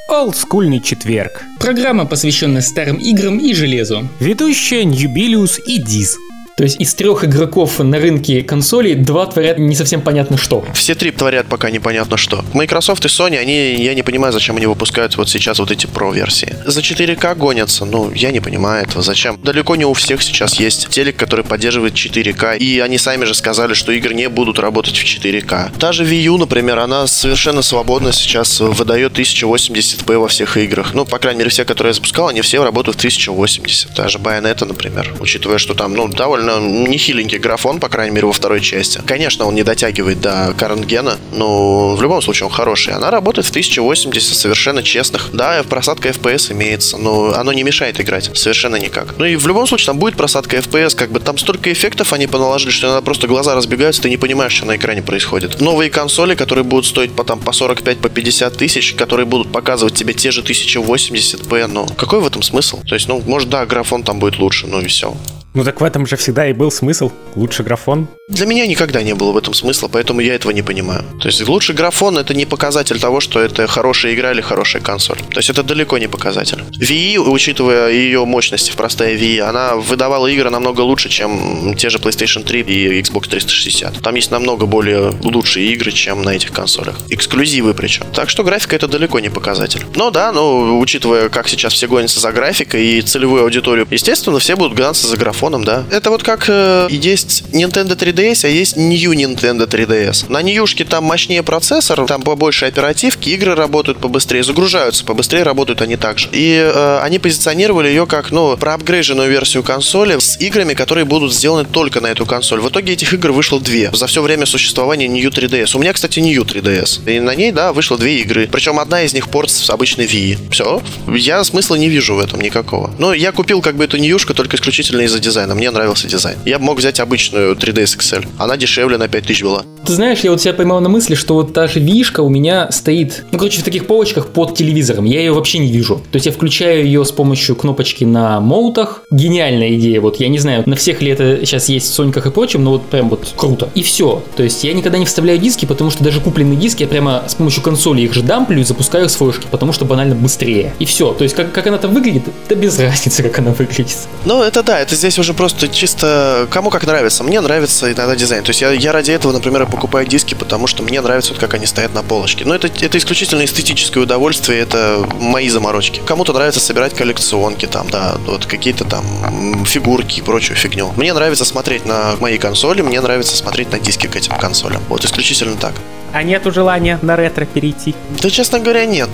Олдскульный четверг. Программа, посвященная старым играм и железу. Ведущие Ньюбилиус и Диз. То есть из 3 игроков на рынке консолей 2 творят не совсем понятно что. Все 3 творят пока непонятно что. Microsoft и Sony, я не понимаю, зачем они выпускают вот сейчас вот эти Pro-версии. За 4К гонятся, я не понимаю этого. Зачем? Далеко не у всех сейчас есть телек, который поддерживает 4К, и они сами же сказали, что игры не будут работать в 4К. Та же Wii U, например, она совершенно свободно сейчас выдает 1080p во всех играх. По крайней мере, все, которые я запускал, они все работают в 1080. Та же Bayonetta, например. Учитывая, что там, довольно нехиленький графон, по крайней мере, во второй части. Конечно, он не дотягивает до Current Gen, но в любом случае он хороший. Она работает в 1080 совершенно честных. Да, просадка FPS имеется, но оно не мешает играть. Совершенно никак. И в любом случае там будет просадка FPS, там столько эффектов они поналожили, что иногда просто глаза разбегаются, ты не понимаешь, что на экране происходит. Новые консоли, которые будут стоить по 45, по 50 тысяч, которые будут показывать тебе те же 1080p, какой в этом смысл? То есть, может, да, графон там будет лучше, и все. Так в этом же всегда и был смысл. Лучше графон. Для меня никогда не было в этом смысла, поэтому я этого не понимаю. То есть лучший графон — это не показатель того, что это хорошая игра или хорошая консоль. То есть это далеко не показатель. Wii, учитывая ее мощности в простая Wii, она выдавала игры намного лучше, чем те же PlayStation 3 и Xbox 360. Там есть намного более лучшие игры, чем на этих консолях. Эксклюзивы причем. Так что графика — это далеко не показатель. Учитывая, как сейчас все гонятся за графикой и целевую аудиторию, естественно, все будут гнаться за графоном. Да. Это вот как есть Nintendo 3DS, а есть New Nintendo 3DS. На Ньюшке там мощнее процессор, там побольше оперативки, игры работают побыстрее, загружаются побыстрее, работают они так же. И они позиционировали ее как, проапгрейженную версию консоли с играми, которые будут сделаны только на эту консоль. В итоге этих игр вышло 2 за все время существования New 3DS. У меня, кстати, New 3DS. И на ней, вышло 2 игры. Причем одна из них порт с обычной Wii. Все. Я смысла не вижу в этом никакого. Я купил эту Ньюшку только исключительно из-за дизайна. Мне нравился дизайн. Я бы мог взять обычную 3DS XL. Она дешевле на 5000 была. Ты знаешь, я себя поймал на мысли, что та же Вишка у меня стоит, в таких полочках под телевизором. Я ее вообще не вижу. То есть я включаю ее с помощью кнопочки на моутах. Гениальная идея. Я не знаю, на всех ли это сейчас есть в Соньках и прочем, но прям круто. И все. То есть я никогда не вставляю диски, потому что даже купленные диски я прямо с помощью консоли их же дамплю и запускаю с флешки, потому что банально быстрее. И все. То есть как она там выглядит, да без разницы, как она выглядит. Это здесь уже просто чисто кому как нравится. Мне нравится иногда дизайн. То есть я ради этого, например, покупаю диски, потому что мне нравится, как они стоят на полочке. Это исключительно эстетическое удовольствие, это мои заморочки. Кому-то нравится собирать коллекционки, какие-то фигурки и прочую фигню. Мне нравится смотреть на мои консоли, мне нравится смотреть на диски к этим консолям. Исключительно так. А нету желания на ретро перейти? Да, честно говоря, нет.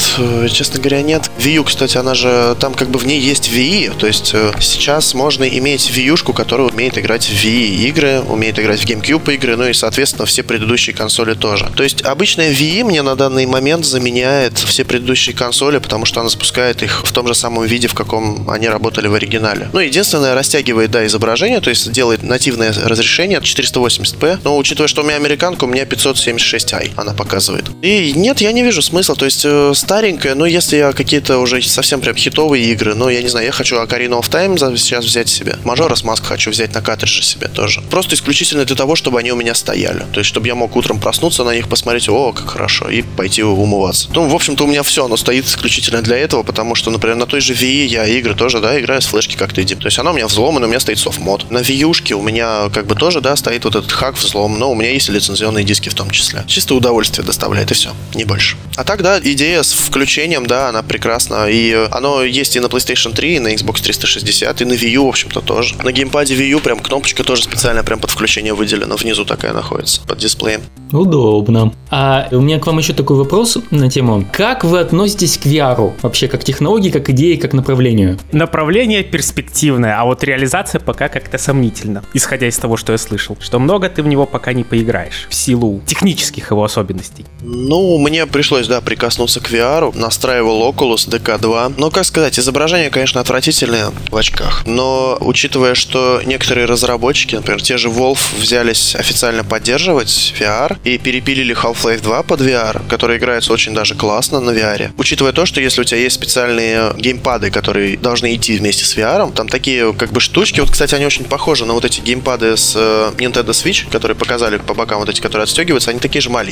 Wii U, кстати, она же, там в ней есть Wii. То есть сейчас можно иметь Wii U-шку, которая умеет играть в Wii игры, умеет играть в GameCube игры, и, соответственно, все предыдущие консоли тоже. То есть обычная Wii мне на данный момент заменяет все предыдущие консоли, потому что она запускает их в том же самом виде, в каком они работали в оригинале. Единственное, растягивает, изображение, то есть делает нативное разрешение 480p, но учитывая, что у меня американка, у меня 576i она показывает. И нет, я не вижу смысла, то есть старенькая, если я какие-то уже совсем прям хитовые игры, я не знаю, я хочу Ocarina of Time сейчас взять себе, Majora's Mask хочу взять на картридже себе тоже. Просто исключительно для того, чтобы они у меня стояли. То есть, чтобы я мог утром проснуться на них, посмотреть, как хорошо, и пойти умываться. В общем-то, у меня все, оно стоит исключительно для этого, потому что, например, на той же Wii я игры тоже, играю с флешки как-то идти. То есть, она у меня взломана, у меня стоит софтмод. На Wii U-шке у меня тоже, стоит вот этот хак взлом, но у меня есть лицензионные диски в том числе. Чисто удовольствие доставляет, и все, не больше. А так, идея с включением, она прекрасна, и оно есть и на PlayStation 3, и на Xbox 360, и на Wii U, в общем-то, тоже. На геймпаде Wii U прям кнопочка тоже специально прям под включение выделена, внизу такая находится, под дисплеем. Удобно. А у меня к вам еще такой вопрос на тему. Как вы относитесь к VR? Вообще, как технологии, как идеи, как направлению? Направление перспективное, а реализация пока как-то сомнительна. Исходя из того, что я слышал. Что много ты в него пока не поиграешь. В силу технических его особенностей. Мне пришлось, прикоснуться к VR. Настраивал Oculus DK2. Как сказать, изображение, конечно, отвратительное в очках. Но, учитывая, что некоторые разработчики, например, те же Valve, взялись официально поддерживать VR и перепилили Half-Life 2 под VR, который играется очень даже классно на VR. Учитывая то, что если у тебя есть специальные геймпады, которые должны идти вместе с VR, там такие штучки, кстати, они очень похожи на эти геймпады с Nintendo Switch, которые показали по бокам, эти, которые отстегиваются, они такие же маленькие.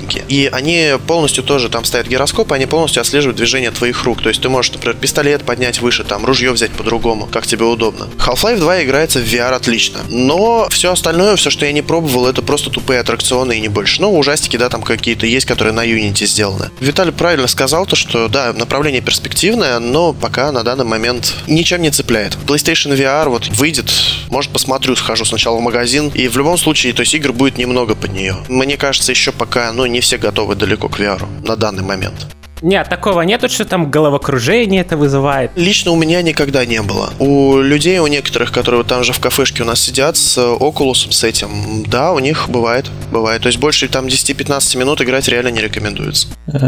маленькие. И они полностью тоже, там стоят гироскопы, они полностью отслеживают движение твоих рук. То есть ты можешь, например, пистолет поднять выше, там, ружье взять по-другому, как тебе удобно. Half-Life 2 играется в VR отлично. Но все остальное, все, что я не пробовал, это просто тупые аттракционы и не больше. Ну, ужастики, да, там какие-то есть, которые на Unity сделаны. Виталий правильно сказал то, что, да, направление перспективное, но пока на данный момент ничем не цепляет. PlayStation VR вот выйдет, может, посмотрю, схожу сначала в магазин, и в любом случае, то есть игр будет немного под нее. Мне кажется, еще пока, ну, не все готовы далеко к VR на данный момент. Нет, такого нету, что там головокружение это вызывает. Лично у меня никогда не было. У людей, у некоторых, которые там же в кафешке у нас сидят с Oculus, с этим, да, у них бывает. То есть больше там 10-15 минут играть реально не рекомендуется.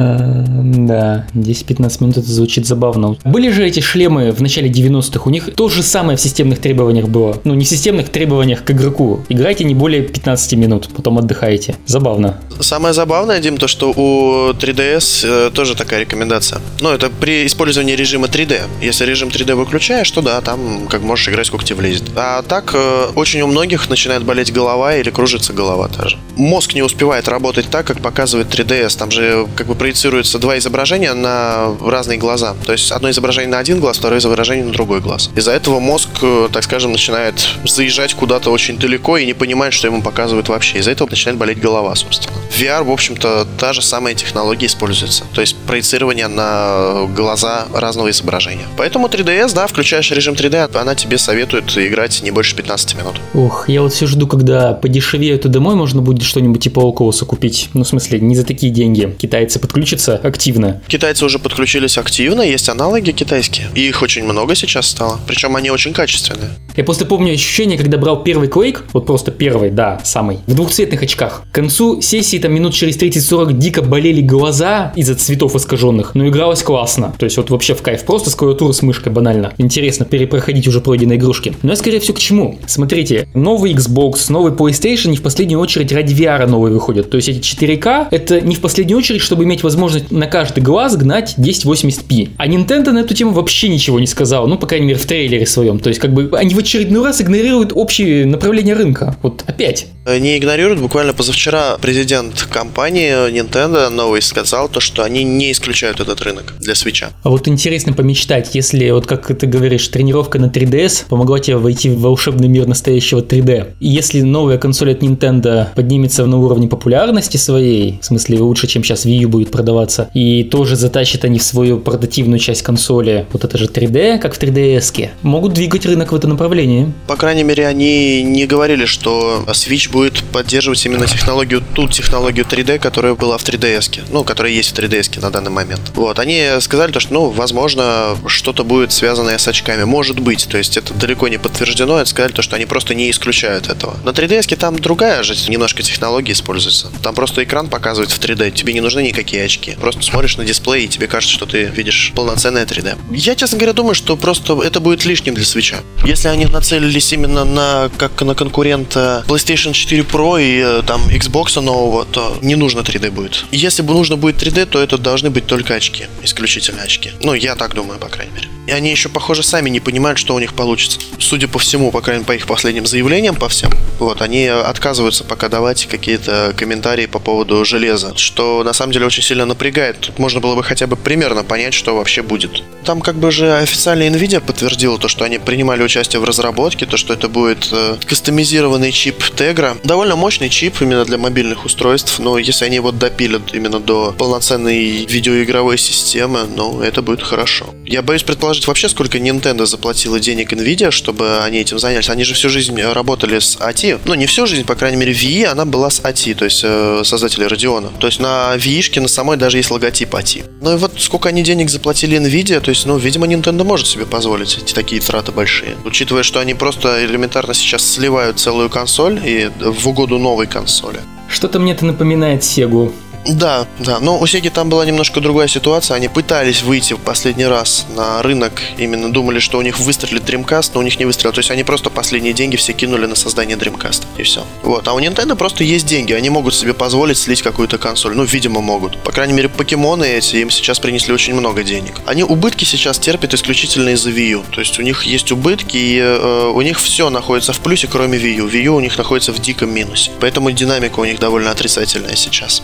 Да, 10-15 минут это звучит забавно. Были же эти шлемы в начале 90-х, у них то же самое в системных требованиях было. Ну, не в системных требованиях к игроку. Играйте не более 15 минут, потом отдыхаете. Забавно. Самое забавное, Дим, то, что у 3DS тоже такая рекомендация. Но это при использовании режима 3D. Если режим 3D выключаешь, то да, там как можешь играть, сколько тебе влезет. А так, очень у многих начинает болеть голова или кружится голова тоже. Мозг не успевает работать так, как показывает 3DS. Там же как бы проецируются два изображения на разные глаза. То есть одно изображение на один глаз, второе изображение на другой глаз. Из-за этого мозг, так скажем, начинает заезжать куда-то очень далеко и не понимает, что ему показывают вообще. Из-за этого начинает болеть голова, собственно. В VR, в общем-то, та же самая технология используется. То есть проецирование на глаза разного изображения. Поэтому 3DS, да, включаешь режим 3D, она тебе советует играть не больше 15 минут. Ох, я вот все жду, когда подешевеют и домой можно будет что-нибудь типа Oculus купить. Ну, в смысле, не за такие деньги. Китайцы подключатся активно. Китайцы уже подключились активно, есть аналоги китайские. И их очень много сейчас стало. Причем они очень качественные. Я просто помню ощущение, когда брал первый Quake, вот просто первый, да, самый, в двухцветных очках. К концу сессии, там минут через 30-40 дико болели глаза из-за цветов искаженных, но игралось классно. То есть вот вообще в кайф, просто с клавиатурой, с мышкой, банально. Интересно перепроходить уже пройденные игрушки. Но я скорее всего к чему? Смотрите, новый Xbox, новый PlayStation не в последнюю очередь ради VR новые выходят. То есть эти 4К, это не в последнюю очередь, чтобы иметь возможность на каждый глаз гнать 1080p. А Nintendo на эту тему вообще ничего не сказал, ну, по крайней мере, в трейлере своем. То есть как бы они в очередной раз игнорируют общее направление рынка. Вот опять. Не игнорируют. Буквально позавчера президент компании Nintendo новый сказал то, что они не исключают этот рынок для Switch. А вот интересно помечтать, если, вот как ты говоришь, тренировка на 3DS помогла тебе войти в волшебный мир настоящего 3D. И если новая консоль от Nintendo поднимется на уровне популярности своей, в смысле лучше, чем сейчас Wii U будет продаваться, и тоже затащат они в свою портативную часть консоли, вот это же 3D, как в 3DS-ке, могут двигать рынок в это направление. По крайней мере, они не говорили, что Switch будет поддерживать именно ту технологию 3D, которая была в 3DS-ке, ну, которая есть в 3DS-ке на данный момент. Вот, они сказали, что, ну, возможно, что-то будет связанное с очками. Может быть, то есть это далеко не подтверждено, это сказали, что они просто не исключают этого. На 3DS-ке там другая же немножко технология используется. Там просто экран показывает в 3D, тебе не нужны никакие очки. Просто смотришь на дисплей, и тебе кажется, что ты видишь полноценное 3D. Я, честно говоря, думаю, что просто это будет лишним для Switch. Если они нацелились именно на конкурента PlayStation 4 Pro и там Xbox нового, то не нужно 3D будет. Если бы нужно будет 3D, то это должны быть только очки, исключительно очки. Ну, я так думаю, по крайней мере. И они еще, похоже, сами не понимают, что у них получится. Судя по всему, по крайней мере, по их последним заявлениям, по всем, вот, они отказываются пока давать какие-то комментарии по поводу железа, что на самом деле очень сильно напрягает. Тут можно было бы хотя бы примерно понять, что вообще будет. Там как бы же официально Nvidia подтвердила то, что они принимали участие в разработке, то, что это будет кастомизированный чип Tegra. Довольно мощный чип именно для мобильных устройств, но если они его допилят именно до полноценной видеоигровой системы, ну, это будет хорошо. Я боюсь предположить вообще, сколько Nintendo заплатила денег Nvidia, чтобы они этим занялись. Они же всю жизнь работали с ATI. Ну, не всю жизнь, по крайней мере, Wii она была с ATI, то есть создатели Radeon. То есть на Wii-шке на самой даже есть логотип ATI. Ну и вот сколько они денег заплатили Nvidia, то есть, ну, видимо, Nintendo может себе позволить эти такие траты большие. Учитывая, что они просто элементарно сейчас сливают целую консоль и в угоду новой консоли. Что-то мне это напоминает Sega. Да, но у Sega там была немножко другая ситуация. Они пытались выйти в последний раз на рынок, именно думали, что у них выстрелит Dreamcast, но у них не выстрелил. То есть они просто последние деньги все кинули на создание Dreamcast, и все. Вот. А у Nintendo просто есть деньги, они могут себе позволить слить какую-то консоль. Ну, видимо, могут. По крайней мере, покемоны эти им сейчас принесли очень много денег. Они убытки сейчас терпят исключительно из-за Wii U. То есть у них есть убытки, и у них все находится в плюсе, кроме Wii U. Wii U у них находится в диком минусе. Поэтому динамика у них довольно отрицательная сейчас. Ну и плюс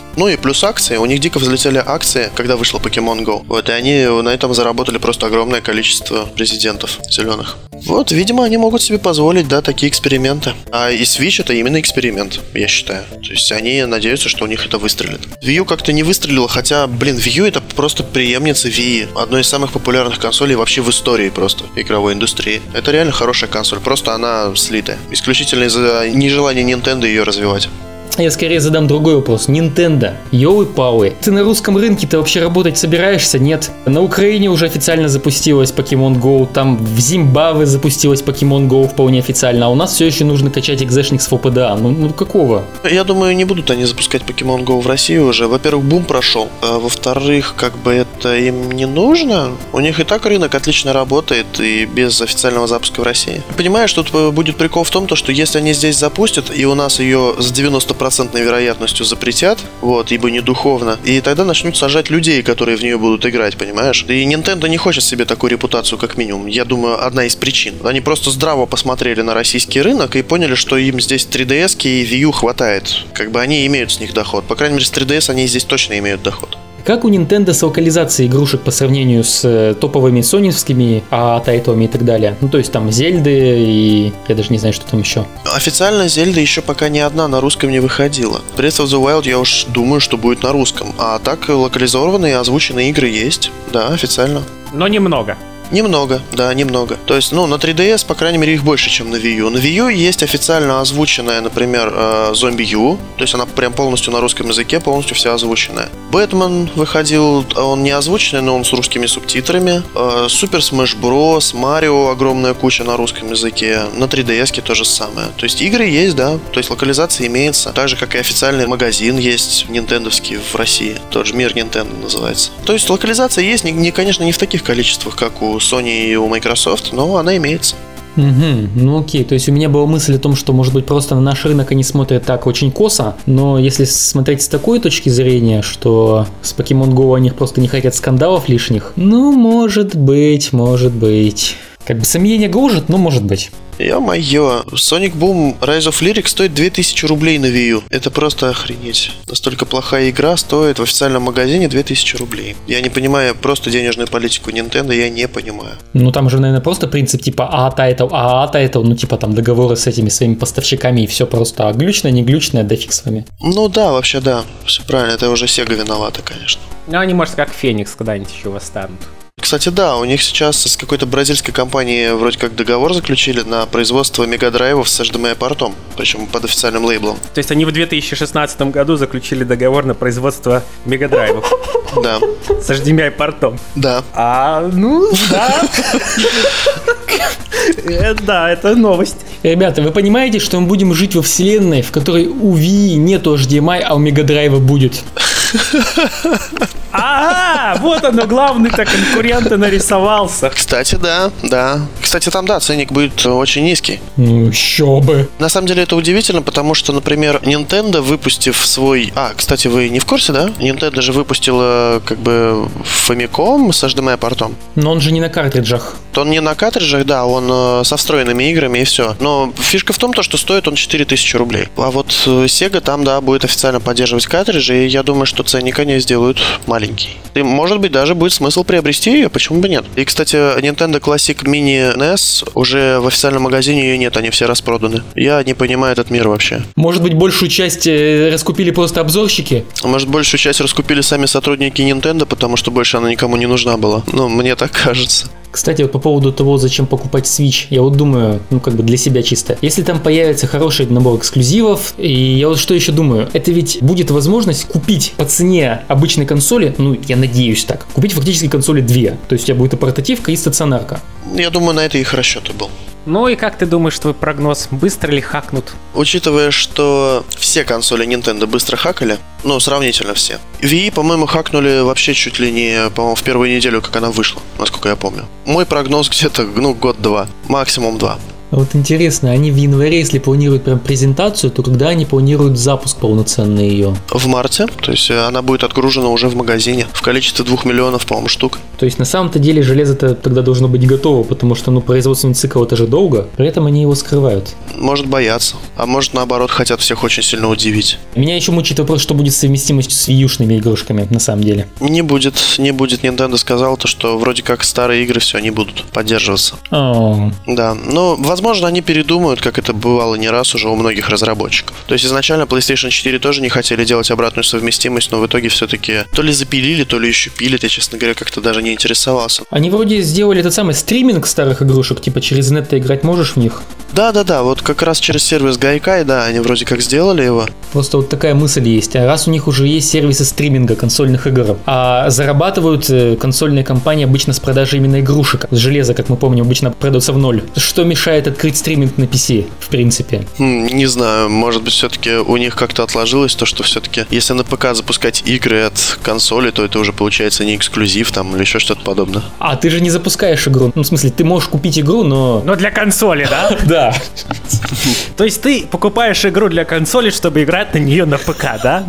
плюс акции. У них дико взлетели акции, когда вышла Pokemon Go. Вот, и они на этом заработали просто огромное количество резидентов зеленых. Вот, видимо, они могут себе позволить, да, такие эксперименты. А и Switch это именно эксперимент, я считаю. То есть они надеются, что у них это выстрелит. Wii U как-то не выстрелила, хотя, Wii U это просто преемница Wii. Одной из самых популярных консолей вообще в истории просто игровой индустрии. Это реально хорошая консоль, просто она слитая. Исключительно из-за нежелания Nintendo ее развивать. Я скорее задам другой вопрос. Nintendo, ёлы-палы, ты на русском рынке-то вообще работать собираешься? Нет. На Украине уже официально запустилась Pokemon Go, там в Зимбабве запустилась Pokemon Go вполне официально, а у нас все еще нужно качать экзешник с ФПДА. Ну какого? Я думаю, не будут они запускать Pokemon Go в России уже. Во-первых, бум прошел, а во-вторых, как бы это им не нужно. У них и так рынок отлично работает и без официального запуска в России. Понимаешь, тут будет прикол в том, что если они здесь запустят, и у нас ее с 90% вероятностью запретят, вот, ибо не духовно, и тогда начнут сажать людей, которые в нее будут играть, понимаешь? И Nintendo не хочет себе такую репутацию, как минимум. Я думаю, одна из причин. Они просто здраво посмотрели на российский рынок и поняли, что им здесь 3DS и Wii U хватает. Как бы они имеют с них доход. По крайней мере, с 3DS они здесь точно имеют доход. Как у Nintendo с локализацией игрушек по сравнению с топовыми соневскими тайтлами и так далее? Ну, то есть там Зельды и... я даже не знаю, что там еще. Официально Зельда еще пока ни одна на русском не выходила. Breath of the Wild я уж думаю, что будет на русском. А так локализованные и озвученные игры есть. Да, официально. Но немного. Немного, да, немного. То есть, на 3DS, по крайней мере, их больше, чем на Wii U. На Wii U есть официально озвученная, например, Zombie U. То есть она прям полностью на русском языке, полностью вся озвученная. Бэтмен выходил, он не озвученный, но он с русскими субтитрами. Super Smash Bros, Mario огромная куча на русском языке. На 3DS то же самое. То есть игры есть, да. То есть локализация имеется. Так же, как и официальный магазин есть нинтендовский в России. Тот же Мир Nintendo называется. То есть локализация есть, конечно, не в таких количествах, как у Sony и у Microsoft, но она имеется. Ну окей, то есть у меня была мысль о том, что, может быть, просто на наш рынок они смотрят так очень косо, но если смотреть с такой точки зрения, что с Pokemon Go они просто не хотят скандалов лишних, ну, может быть. Как бы сомнения гложет, но может быть. Ё-моё, Sonic Boom Rise of Lyric стоит 2000 рублей на Wii U. Это просто охренеть. Настолько плохая игра стоит в официальном магазине 2000 рублей. Я не понимаю просто денежную политику Nintendo, я не понимаю. Ну там же, наверное, просто принцип типа тайтл, ну типа там договоры с этими своими поставщиками и все просто глючное, не глючное, да фиг с вами. Ну да, вообще да, все правильно, это уже Sega виновата, конечно. Ну они, может, как Феникс когда-нибудь еще восстанут. Кстати, да, у них сейчас с какой-то бразильской компанией вроде как договор заключили на производство мегадрайвов с HDMI-портом, причем под официальным лейблом. То есть они в 2016 году заключили договор на производство мегадрайвов. Да. С HDMI-портом. Да. Да. Да, это новость. Ребята, вы понимаете, что мы будем жить во вселенной, в которой у Wii нету HDMI, а у мегадрайва будет? Вот оно, главный-то конкурент нарисовался. Кстати, да. Кстати, там, да, ценник будет очень низкий. Ну, еще бы. На самом деле это удивительно, потому что, например, Nintendo, выпустив свой... кстати, вы не в курсе, да? Nintendo же выпустила, как бы, Famicom с HDMI-портом. Но он же не на картриджах. Он не на картриджах, да, он со встроенными играми и все. Но фишка в том, что стоит он 4000 рублей. А вот Sega там, да, будет официально поддерживать картриджи, и я думаю, что ценник они сделают маленький. И, может быть, даже будет смысл приобрести ее, почему бы нет. И, кстати, Nintendo Classic Mini NES уже в официальном магазине ее нет, они все распроданы. Я не понимаю этот мир вообще. Может быть, большую часть раскупили просто обзорщики? Может, большую часть раскупили сами сотрудники Nintendo, потому что больше она никому не нужна была. Ну, мне так кажется. Кстати, вот по поводу того, зачем покупать Switch, я вот думаю, как бы для себя чисто. Если там появится хороший набор эксклюзивов, и я вот что еще думаю, это ведь будет возможность купить по цене обычной консоли, я надеюсь так, купить фактически консоли 2. То есть у тебя будет и портативка, и стационарка. Я думаю, на это их расчет и был. Ну и как ты думаешь, твой прогноз, быстро ли хакнут? Учитывая, что все консоли Nintendo быстро хакали, сравнительно все. Wii, по-моему, хакнули вообще чуть ли не, по-моему, в первую неделю, как она вышла, насколько я помню. Мой прогноз где-то, год-два, максимум 2. Вот интересно, они в январе, если планируют прям презентацию, то когда они планируют запуск полноценный ее? В марте, то есть она будет отгружена уже в магазине в количестве 2 миллионов, по-моему, штук. То есть на самом-то деле железо-то тогда должно быть готово, потому что, производственный цикл это же долго, при этом они его скрывают. Может бояться, а может наоборот хотят всех очень сильно удивить. Меня еще мучает вопрос, что будет с совместимостью с Wii-шными игрушками, на самом деле. Не будет. Nintendo сказал то, что вроде как старые игры все не будут поддерживаться. Да, но возможно они передумают, как это бывало не раз уже у многих разработчиков. То есть изначально PlayStation 4 тоже не хотели делать обратную совместимость, но в итоге все-таки то ли запилили, то ли еще пилят, я, честно говоря, как-то даже не интересовался. Они вроде сделали этот самый стриминг старых игрушек, типа через нет ты играть можешь в них? Да, вот как раз через сервис Gaikai, да, они вроде как сделали его. Просто вот такая мысль есть. А раз у них уже есть сервисы стриминга консольных игр, а зарабатывают консольные компании обычно с продажи именно игрушек. Железо, как мы помним, обычно продается в ноль. Что мешает открыть стриминг на PC, в принципе? Не знаю, может быть, все-таки у них как-то отложилось то, что все-таки, если на ПК запускать игры от консоли, то это уже получается не эксклюзив там или еще что-то подобное. А ты же не запускаешь игру. В смысле, ты можешь купить игру, но... Но для консоли, да? Да. То есть ты покупаешь игру для консоли, чтобы играть на нее на ПК, да?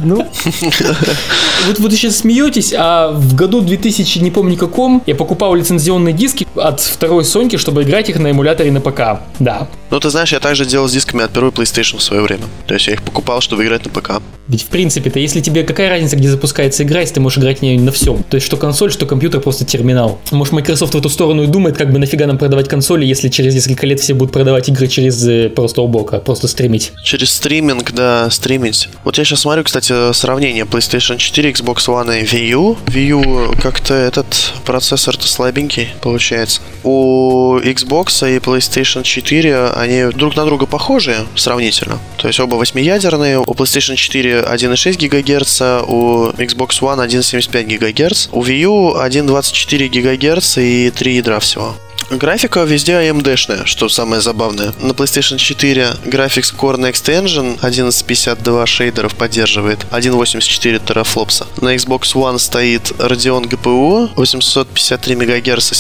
Вот вы сейчас смеетесь, а в году 2000, не помню каком, я покупал лицензионные диски от второй Соньки, чтобы играть их на эмуляторе на ПК. Да. Ну, ты знаешь, я также делал с дисками от первой PlayStation в свое время. То есть я их покупал, чтобы играть на ПК. Ведь в принципе-то, если тебе какая разница, где запускается игра, если ты можешь играть в нее на всем. То есть что консоль, что компьютер, просто терминал. Может, Microsoft в эту сторону и думает, как бы нафига нам продавать консоли, если через несколько лет все будут продавать игры через просто облако, просто стримить. Через стриминг, да, стримить. Вот я сейчас смотрю, кстати, сравнение PlayStation 4, Xbox One и Wii U. Wii U как-то этот процессор-то слабенький получается. У Xbox и PlayStation 4 они друг на друга похожи сравнительно. То есть оба 8-ядерные. У PlayStation 4 1,6 ГГц, у Xbox One 1,75 ГГц, у Wii U 1,24 ГГц и 3 ядра всего. Графика везде AMD-шная, что самое забавное. На PlayStation 4 Graphics Core Next Engine 1152 шейдеров поддерживает, 1.84 терафлопса. На Xbox One стоит Radeon GPU 853 МГц,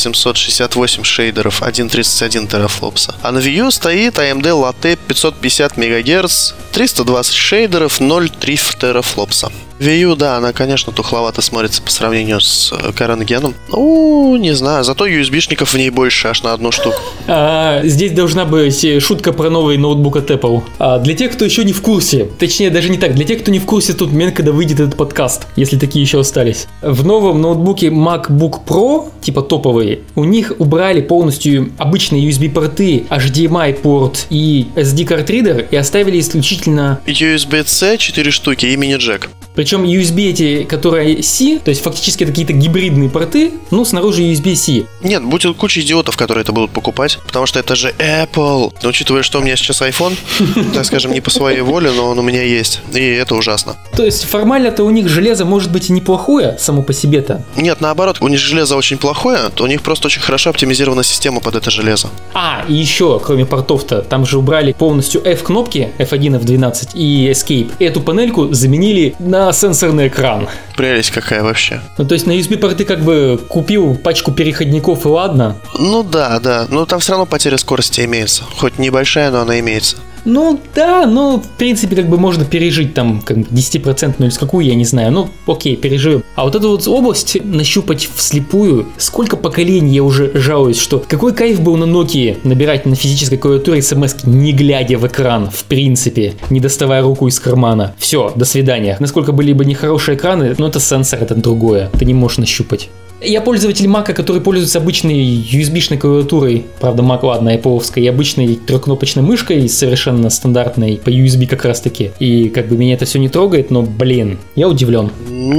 768 шейдеров, 1.31 терафлопса. А на Wii U стоит AMD Latte 550 МГц, 320 шейдеров, 0.3 терафлопса. Wii U, да, она, конечно, тухловато смотрится по сравнению с Current Gen. Ну, не знаю, зато USB-шников в ней больше, аж на одну штуку. Здесь должна быть шутка про новый ноутбук от Apple. Для тех, кто еще не в курсе, точнее, даже не так, для тех, кто не в курсе тот момент, когда выйдет этот подкаст, если такие еще остались. В новом ноутбуке MacBook Pro, типа топовые, у них убрали полностью обычные USB-порты, HDMI-порт и SD-карт-ридер и оставили исключительно USB-C 4 штуки и мини-джек. Причем USB эти, которые C, то есть фактически это какие-то гибридные порты, но снаружи USB-C. Нет, будет куча идиотов, которые это будут покупать, потому что это же Apple. Но учитывая, что у меня сейчас iPhone, так скажем, не по своей воле, но он у меня есть, и это ужасно. То есть формально-то у них железо может быть и неплохое само по себе-то? Нет, наоборот, у них железо очень плохое, то у них просто очень хорошо оптимизирована система под это железо. И еще, кроме портов-то, там же убрали полностью F-кнопки, F1, F12 и Escape. Эту панельку заменили на сенсорный экран. Прелесть какая вообще. То есть на USB-порты как бы купил пачку переходников и ладно? Ну да, но там все равно потеря скорости имеется. Хоть небольшая, но она имеется. Ну да, в принципе как бы можно пережить там как бы 10% или с какую, я не знаю, окей, переживем. А вот эту вот область нащупать вслепую, сколько поколений я уже жалуюсь, что какой кайф был на Nokia набирать на физической клавиатуре смс-ки, не глядя в экран, в принципе, не доставая руку из кармана. Все, до свидания. Насколько были бы нехорошие экраны, это сенсор, это другое, ты не можешь нащупать. Я пользователь Mac, который пользуется обычной USB-шной клавиатурой, правда Mac, ладно, Apple-овской, и обычной трехкнопочной мышкой, совершенно стандартной, по USB как раз таки. И как бы меня это все не трогает, но, я удивлен.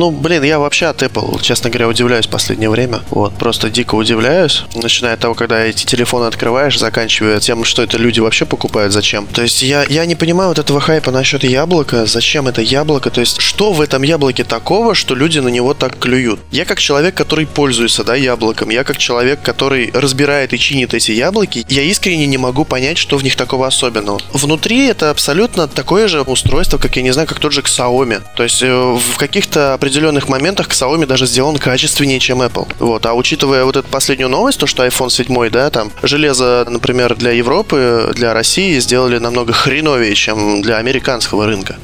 Я вообще от Apple, честно говоря, удивляюсь в последнее время. Просто дико удивляюсь. Начиная от того, когда эти телефоны открываешь, заканчивая тем, что это люди вообще покупают, зачем. То есть я не понимаю вот этого хайпа насчет яблока, зачем это яблоко, то есть что в этом яблоке такого, что люди на него так клюют. Я как человек, который пользуется, да, яблоком, я как человек, который разбирает и чинит эти яблоки, я искренне не могу понять, что в них такого особенного. Внутри это абсолютно такое же устройство, как, я не знаю, как тот же Xiaomi. То есть в каких-то определенных моментах Xiaomi даже сделан качественнее, чем Apple. Вот. А учитывая вот эту последнюю новость, то, что iPhone 7, да, там железо, например, для Европы, для России сделали намного хреновее, чем для американского рынка.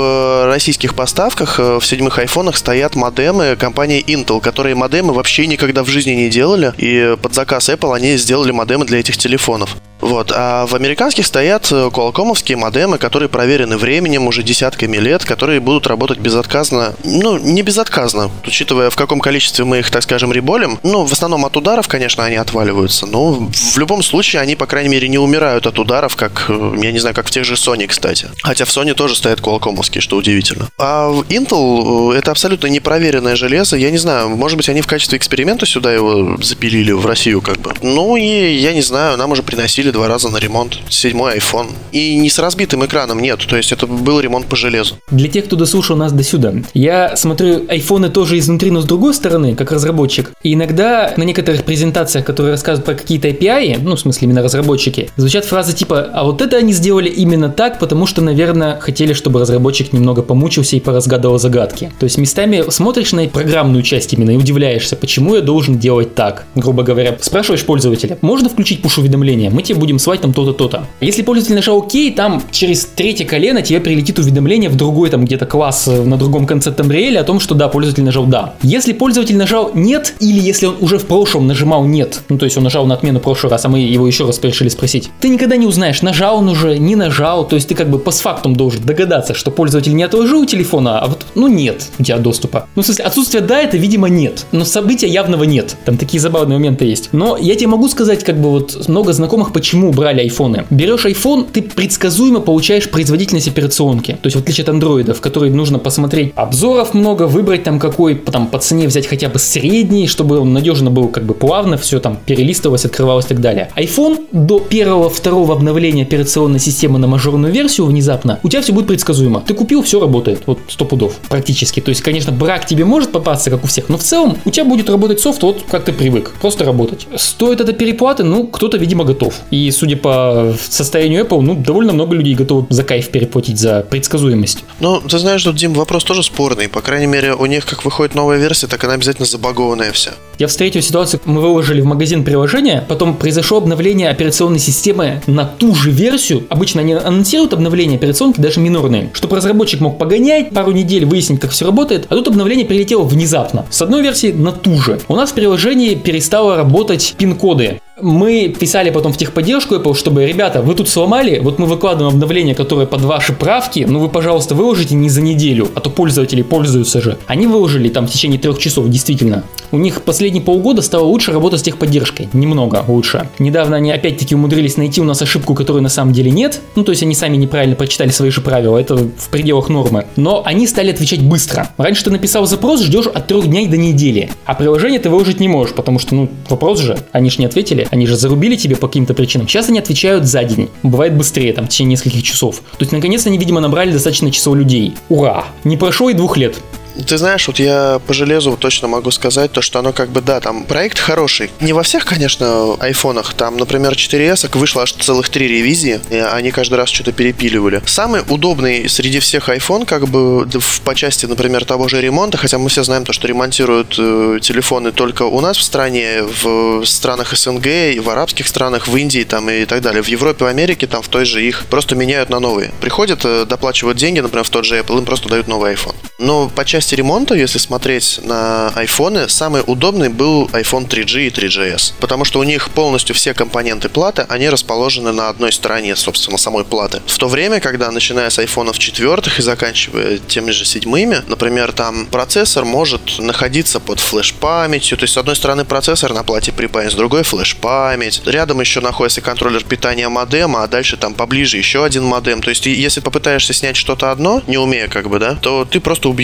В российских поставках в 7-х айфонах стоят модемы компании Intel, которые модемы вообще никогда в жизни не делали, и под заказ Apple они сделали модемы для этих телефонов. Вот. А в американских стоят Qualcomm-овские модемы, которые проверены временем уже десятками лет, которые будут работать безотказно. Ну, не безотказно, учитывая, в каком количестве мы их, так скажем, реболим. Ну, в основном от ударов, конечно, они отваливаются, но в любом случае они, по крайней мере, не умирают от ударов, как, я не знаю, как в тех же Sony, кстати. Хотя в Sony тоже стоят Qualcomm-овские, что удивительно. А в Intel это абсолютно непроверенное железо. Я не знаю, может быть, они в качестве эксперимента сюда его запилили в Россию, как бы. Ну и, я не знаю, нам уже приносили 2 раза на ремонт 7-й iPhone. И не с разбитым экраном, нет. То есть это был ремонт по железу. Для тех, кто дослушал нас до сюда, я смотрю айфоны тоже изнутри, но с другой стороны, как разработчик. И иногда на некоторых презентациях, которые рассказывают про какие-то API, ну, в смысле, именно разработчики, звучат фразы типа: а вот это они сделали именно так, потому что, наверное, хотели, чтобы разработчик немного помучился и поразгадывал загадки. То есть местами смотришь на программную часть именно и удивляешься, почему я должен делать так. Грубо говоря, спрашиваешь пользователя: можно включить пуш-уведомления? Мы тебе будем слать там то-то, то-то. Если пользователь нажал ОК, там через 3-е колено тебе прилетит уведомление в другой там где-то класс на другом конце тамбриэля о том, что да, пользователь нажал да. Если пользователь нажал нет, или если он уже в прошлом нажимал нет, ну то есть он нажал на отмену в прошлый раз, а мы его еще раз решили спросить, ты никогда не узнаешь, нажал он уже, не нажал, то есть ты как бы постфактум должен догадаться, что пользователь не отложил телефона, а вот, ну нет у тебя доступа. Ну в смысле, отсутствие да, это видимо нет, но события явного нет. Там такие забавные моменты есть. Но я тебе могу сказать, как бы вот много знакомых, почему брали айфоны. Берешь iPhone, ты предсказуемо получаешь производительность операционки. То есть в отличие от андроидов, в которые нужно посмотреть обзоров много, выбрать там какой, там по цене взять хотя бы средний, чтобы он надежно был как бы плавно, все там перелистывалось, открывалось и так далее. iPhone до 1-2 обновления операционной системы на мажорную версию внезапно, у тебя все будет предсказуемо. Ты купил, все работает. Вот 100 пудов практически. То есть, конечно, брак тебе может попасться, как у всех, но в целом у тебя будет работать софт вот как ты привык. Просто работать. Стоит это переплаты? Ну, кто-то, видимо, готов. И судя по состоянию Apple, ну, довольно много людей готовы за кайф переплатить, за предсказуемость. Ну, ты знаешь, тут, Дим, вопрос тоже спорный. По крайней мере, у них, как выходит новая версия, так она обязательно забагованная вся. Я встретил ситуацию, мы выложили в магазин приложение, потом произошло обновление операционной системы на ту же версию. Обычно они анонсируют обновление операционки, даже минорные, чтобы разработчик мог погонять, пару недель выяснить, как все работает, а тут обновление прилетело внезапно. С одной версии на ту же. У нас в приложении перестало работать пин-коды. Мы писали потом в техподдержку Apple, чтобы, ребята, вы тут сломали, вот мы выкладываем обновление, которое под ваши правки, ну вы, пожалуйста, выложите не за неделю, а то пользователи пользуются же. Они выложили там в течение 3 часов, действительно. У них последние полгода стало лучше работать с техподдержкой, немного лучше. Недавно они опять-таки умудрились найти у нас ошибку, которой на самом деле нет, ну то есть они сами неправильно прочитали свои же правила, это в пределах нормы. Но они стали отвечать быстро. Раньше ты написал запрос, ждешь от 3 дней до недели, а приложение ты выложить не можешь, потому что, ну, вопрос же, они же не ответили. Они же зарубили тебе по каким-то причинам. Сейчас они отвечают за день. Бывает быстрее, там, в течение нескольких часов. То есть, наконец, они, видимо, набрали достаточно число людей. Ура! Не прошло и 2 лет. Ты знаешь, вот я по железу точно могу сказать, то, что оно как бы, да, там проект хороший. Не во всех, конечно, айфонах. Там, например, 4S вышло аж целых 3 ревизии, и они каждый раз что-то перепиливали. Самый удобный среди всех iPhone, как бы, по части, например, того же ремонта, хотя мы все знаем то, что ремонтируют телефоны только у нас в стране, в странах СНГ, и в арабских странах, в Индии там и так далее. В Европе, в Америке, там в той же их просто меняют на новые. Приходят, доплачивают деньги, например, в тот же Apple, им просто дают новый iPhone. Но по части ремонта, если смотреть на айфоны, самый удобный был iPhone 3G и 3GS. Потому что у них полностью все компоненты платы, они расположены на одной стороне, собственно, самой платы. В то время, когда, начиная с айфонов 4 и заканчивая теми же 7, например, там процессор может находиться под флеш-памятью. То есть, с одной стороны, процессор на плате припаян, с другой флеш-память. Рядом еще находится контроллер питания модема, а дальше там поближе еще один модем. То есть, если попытаешься снять что-то одно, не умея как бы, да, то ты просто убьешь все.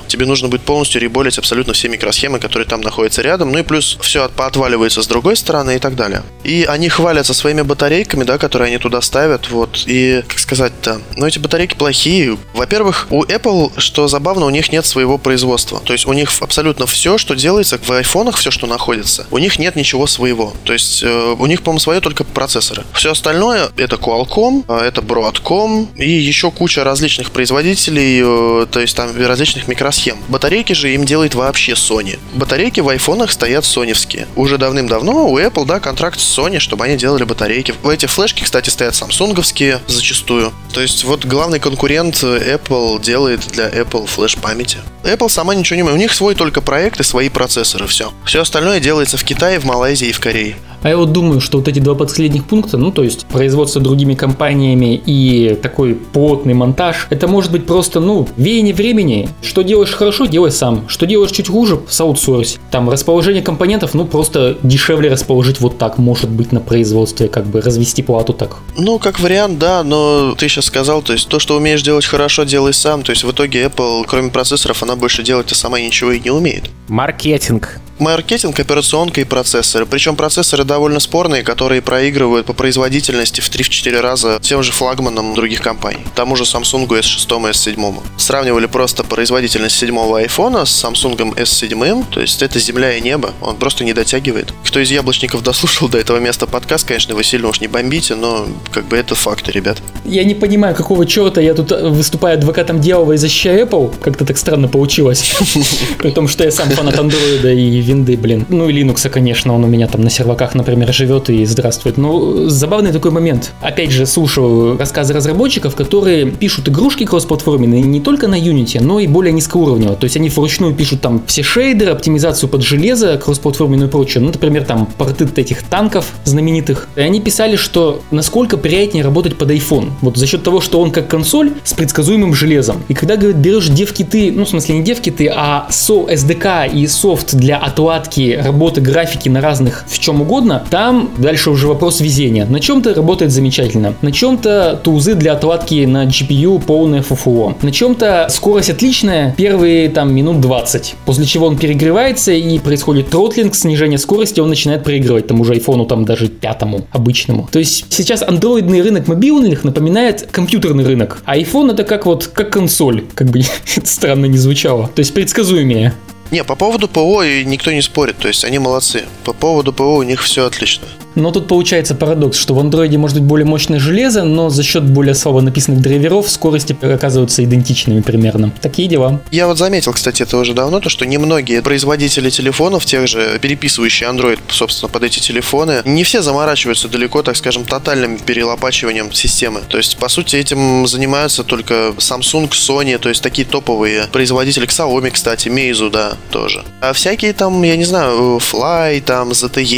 Тебе нужно будет полностью реболить абсолютно все микросхемы, которые там находятся рядом, ну и плюс все поотваливается с другой стороны и так далее. И они хвалятся своими батарейками, да, которые они туда ставят, вот, и, как сказать-то, ну эти батарейки плохие. Во-первых, у Apple, что забавно, у них нет своего производства, то есть у них абсолютно все, что делается в айфонах, все, что находится, у них нет ничего своего, то есть у них, по-моему, свое только процессоры. Все остальное это Qualcomm, это Broadcom и еще куча различных производителей, то есть там различных микросхем. Батарейки же им делает вообще Sony. Батарейки в айфонах стоят соневские. Уже давным-давно у Apple, да, контракт с Sony, чтобы они делали батарейки. Эти флешки, кстати, стоят самсунговские зачастую. То есть вот главный конкурент Apple делает для Apple флеш-памяти. Apple сама ничего не умеет. У них свой только проект и свои процессоры, все. Все остальное делается в Китае, в Малайзии и в Корее. А я вот думаю, что вот эти два последних пункта, ну то есть производство другими компаниями и такой плотный монтаж, это может быть просто, веяние времени. Что делаешь хорошо, делай сам. Что делаешь чуть хуже, саутсорс. Там расположение компонентов, просто дешевле расположить вот так, может быть, на производстве, как бы развести плату так. Ну, как вариант, да, но ты сейчас сказал, то есть то, что умеешь делать хорошо, делай сам. То есть в итоге Apple, кроме процессоров, она больше делать-то сама ничего и не умеет. Маркетинг, операционка и процессоры. Причем процессоры довольно спорные, которые проигрывают по производительности в 3-4 раза тем же флагманам других компаний. Тому же Samsung S6 и S7. Сравнивали просто производительность 7-го айфона с Samsung S7, то есть это земля и небо. Он просто не дотягивает. Кто из яблочников дослушал до этого места подкаст, конечно, вы сильно уж не бомбите, но как бы это факты, ребят. Я не понимаю, какого черта я тут выступаю адвокатом дьявола и защищаю Apple. Как-то так странно получилось. При том, что я сам фанат андроида и винды, блин. Ну и Linux, конечно, он у меня там на серваках, например, живет и здравствует. Но забавный такой момент. Опять же, слушаю рассказы разработчиков, которые пишут игрушки кроссплатформенные не только на Unity, но и более низкоуровнево. То есть они вручную пишут там все шейдеры, оптимизацию под железо, кроссплатформенную и прочее. Ну, например, там порты этих танков знаменитых. И они писали, что насколько приятнее работать под iPhone. Вот за счет того, что он как консоль с предсказуемым железом. И когда, говорят, берешь дев-киты, в смысле не дев-киты, а SDK и софт для отладки работы графики на разных в чем угодно, там дальше уже вопрос везения. На чем-то работает замечательно. На чем-то тулзы для отладки на GPU полное фуфло. На чем-то скорость отличная первые минут 20. После чего он перегревается и происходит тротлинг, снижение скорости, он начинает проигрывать тому же айфону, даже 5-му, обычному. То есть сейчас андроидный рынок мобильных напоминает компьютерный рынок. А iPhone это как консоль, как бы это странно не звучало. То есть предсказуемее. Не, по поводу ПО никто не спорит, то есть они молодцы. По поводу ПО у них все отлично. Но тут получается парадокс, что в андроиде может быть более мощное железо, но за счет более слабо написанных драйверов скорости оказываются идентичными примерно. Такие дела. Я вот заметил, кстати, это уже давно, то что немногие производители телефонов, тех же переписывающие Android, собственно, под эти телефоны, не все заморачиваются далеко, так скажем, тотальным перелопачиванием системы. То есть, по сути, этим занимаются только Samsung, Sony, то есть такие топовые производители, Xiaomi, кстати, Meizu, да, тоже. А всякие там, я не знаю, Fly, там,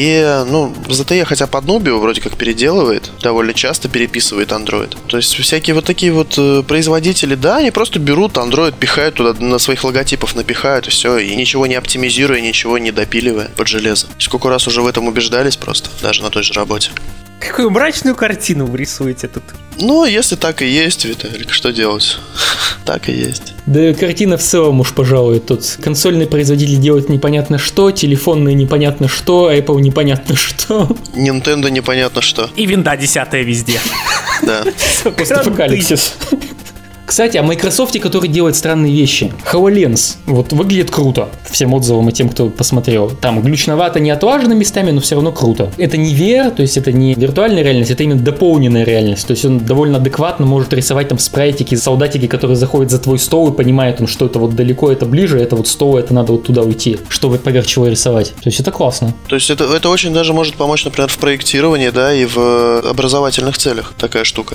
ZTE, ZTE хотя под Nubio вроде как переделывает, довольно часто переписывает Android. То есть всякие вот такие вот производители, да, они просто берут Android, пихают туда, на своих логотипов напихают и все, и ничего не оптимизируя, ничего не допиливая под железо. Сколько раз уже в этом убеждались просто, даже на той же работе. Какую мрачную картину вы рисуете тут. Если так и есть, Виталик, что делать? Так и есть. Да картина в целом уж, пожалуй, тут консольные производители делают непонятно что, телефонные непонятно что, Apple непонятно что. Nintendo непонятно что. И винда 10-я везде. Да. Постапокалипсис. Кстати, о Microsoft, который делает странные вещи. HoloLens. Вот выглядит круто. Всем отзывам и тем, кто посмотрел. Там глючновато, не отлажено местами, но все равно круто. Это не VR, то есть это не виртуальная реальность, это именно дополненная реальность. То есть он довольно адекватно может рисовать там спрайтики, солдатики, которые заходят за твой стол и понимают, что это вот далеко, это ближе, это вот стол, это надо вот туда уйти, чтобы поверх чего рисовать. То есть это классно. То есть это очень даже может помочь, например, в проектировании, да, и в образовательных целях. Такая штука.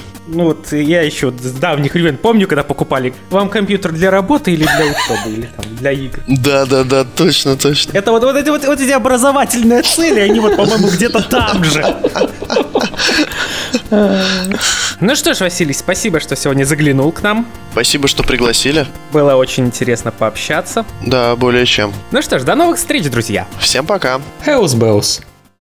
Я еще с давних времен помню, когда покупали, вам компьютер для работы или для учебы, или там для игр. Да, точно. Это вот эти образовательные цели, они по-моему, где-то там же. Ну что ж, Василий, спасибо, что сегодня заглянул к нам. Спасибо, что пригласили. Было очень интересно пообщаться. Да, более чем. Ну что ж, до новых встреч, друзья. Всем пока. Hells Bells.